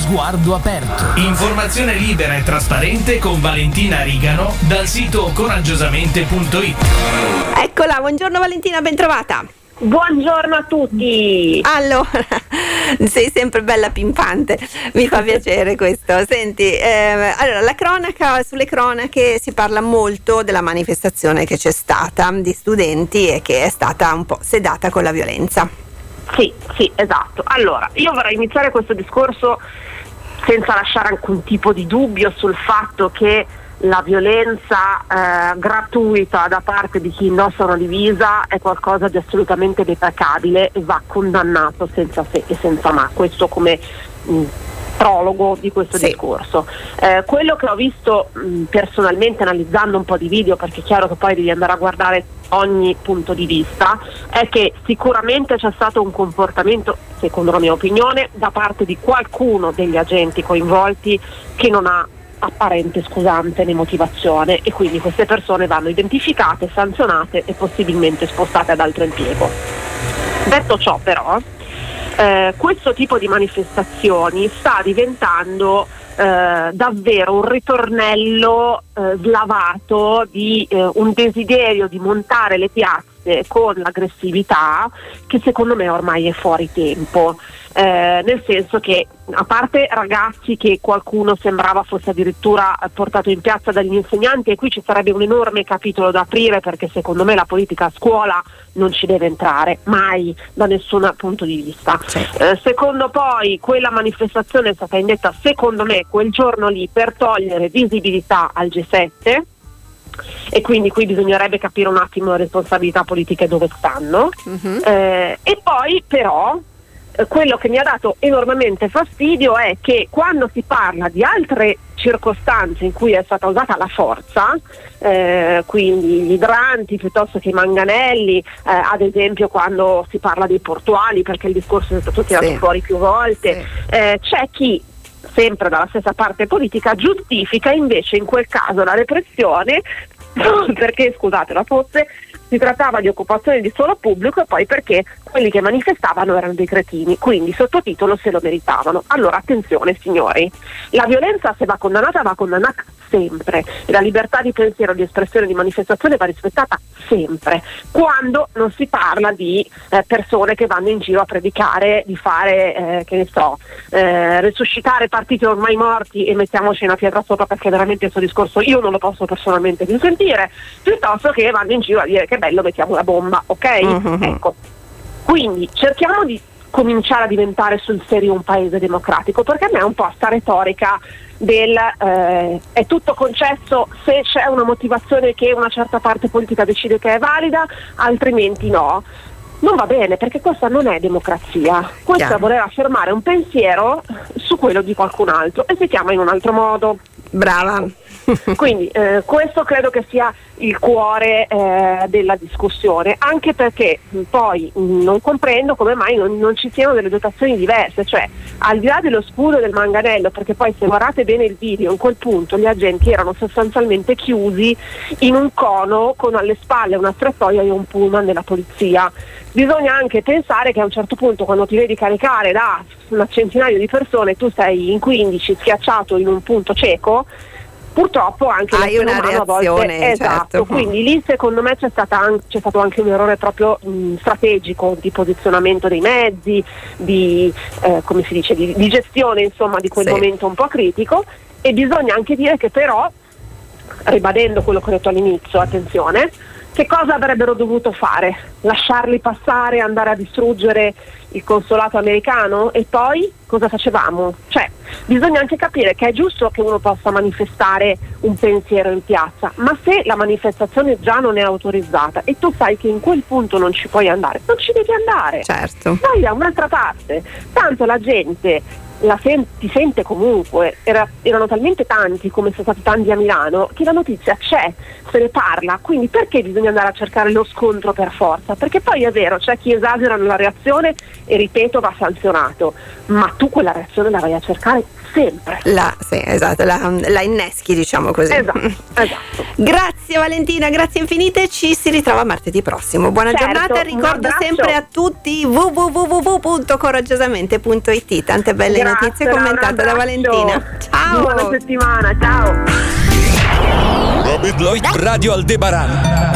sguardo aperto. Informazione libera e trasparente con Valentina Rigano dal sito coraggiosamente.it. Eccola, buongiorno Valentina, ben trovata. Buongiorno a tutti. Allora, sei sempre bella pimpante, mi fa piacere questo. Senti, allora la cronaca, sulle cronache si parla molto della manifestazione che c'è stata di studenti e che è stata un po' sedata con la violenza. Sì, esatto. Allora, io vorrei iniziare questo discorso senza lasciare alcun tipo di dubbio sul fatto che la violenza gratuita da parte di chi indossa una divisa è qualcosa di assolutamente deprecabile e va condannato senza se e senza ma. Questo come prologo di questo discorso. Quello che ho visto personalmente analizzando un po' di video, perché è chiaro che poi devi andare a guardare ogni punto di vista, è che sicuramente c'è stato un comportamento, secondo la mia opinione, da parte di qualcuno degli agenti coinvolti che non ha apparente scusante né motivazione, e quindi queste persone vanno identificate, sanzionate e possibilmente spostate ad altro impiego. Detto ciò, però, questo tipo di manifestazioni sta diventando davvero un ritornello slavato di un desiderio di montare le piazze con l'aggressività che secondo me ormai è fuori tempo. Nel senso che, a parte ragazzi che qualcuno sembrava fosse addirittura portato in piazza dagli insegnanti, e qui ci sarebbe un enorme capitolo da aprire, perché secondo me la politica a scuola non ci deve entrare mai da nessun punto di vista. Secondo poi quella manifestazione è stata indetta, secondo me, quel giorno lì per togliere visibilità al G7, e quindi qui bisognerebbe capire un attimo le responsabilità politiche dove stanno. E poi però quello che mi ha dato enormemente fastidio è che quando si parla di altre circostanze in cui è stata usata la forza, quindi gli idranti piuttosto che i manganelli, ad esempio quando si parla dei portuali, perché il discorso è stato tirato fuori più volte, c'è chi sempre dalla stessa parte politica giustifica invece in quel caso la repressione perché, scusate la tosse, si trattava di occupazione di suolo pubblico, e poi perché quelli che manifestavano erano dei cretini, quindi sottotitolo se lo meritavano. Allora attenzione signori, la violenza se va condannata sempre, e la libertà di pensiero, di espressione, di manifestazione va rispettata sempre, quando non si parla di persone che vanno in giro a predicare di fare resuscitare partiti ormai morti e mettiamoci una pietra sopra, perché veramente questo discorso io non lo posso personalmente più sentire, piuttosto che vanno in giro a dire che bello, mettiamo la bomba, ok? Ecco, quindi cerchiamo di cominciare a diventare sul serio un paese democratico, perché a me è un po' sta retorica del è tutto concesso se c'è una motivazione che una certa parte politica decide che è valida, altrimenti no. Non va bene, perché questa non è democrazia, questo è voler affermare un pensiero su quello di qualcun altro, e si chiama in un altro modo. Brava. Quindi questo credo che sia il cuore della discussione, anche perché poi non comprendo come mai non ci siano delle dotazioni diverse, cioè al di là dello scudo del manganello, perché poi se guardate bene il video, in quel punto gli agenti erano sostanzialmente chiusi in un cono con alle spalle una strettoia e un pullman della polizia. Bisogna anche pensare che a un certo punto, quando ti vedi caricare da un centinaio di persone, tu sei in 15 schiacciato in un punto cieco, purtroppo anche hai una reazione, esatto, certo. Quindi lì secondo me c'è stato anche un errore proprio strategico di posizionamento dei mezzi, di come si dice, di gestione insomma di quel momento un po' critico. E bisogna anche dire che però, ribadendo quello che ho detto all'inizio, attenzione, che cosa avrebbero dovuto fare? Lasciarli passare, andare a distruggere il consolato americano? E poi cosa facevamo? Cioè, bisogna anche capire che è giusto che uno possa manifestare un pensiero in piazza, ma se la manifestazione già non è autorizzata e tu sai che in quel punto non ci puoi andare, non ci devi andare. Certo. Vai da un'altra parte, tanto la gente ti sente comunque. Erano talmente tanti, come sono stati tanti a Milano, che la notizia c'è, se ne parla, quindi perché bisogna andare a cercare lo scontro per forza? cosa, perché poi è vero, c'è chi esagera nella reazione e ripeto va sanzionato, ma tu quella reazione la vai a cercare sempre. Esatto, la inneschi, diciamo così. Esatto. Grazie Valentina, grazie infinite, ci si ritrova martedì prossimo. Buona giornata, ricordo sempre a tutti www.coraggiosamente.it, tante belle notizie commentate da Valentina. Ciao. Buona settimana, ciao. Radio Aldebaran.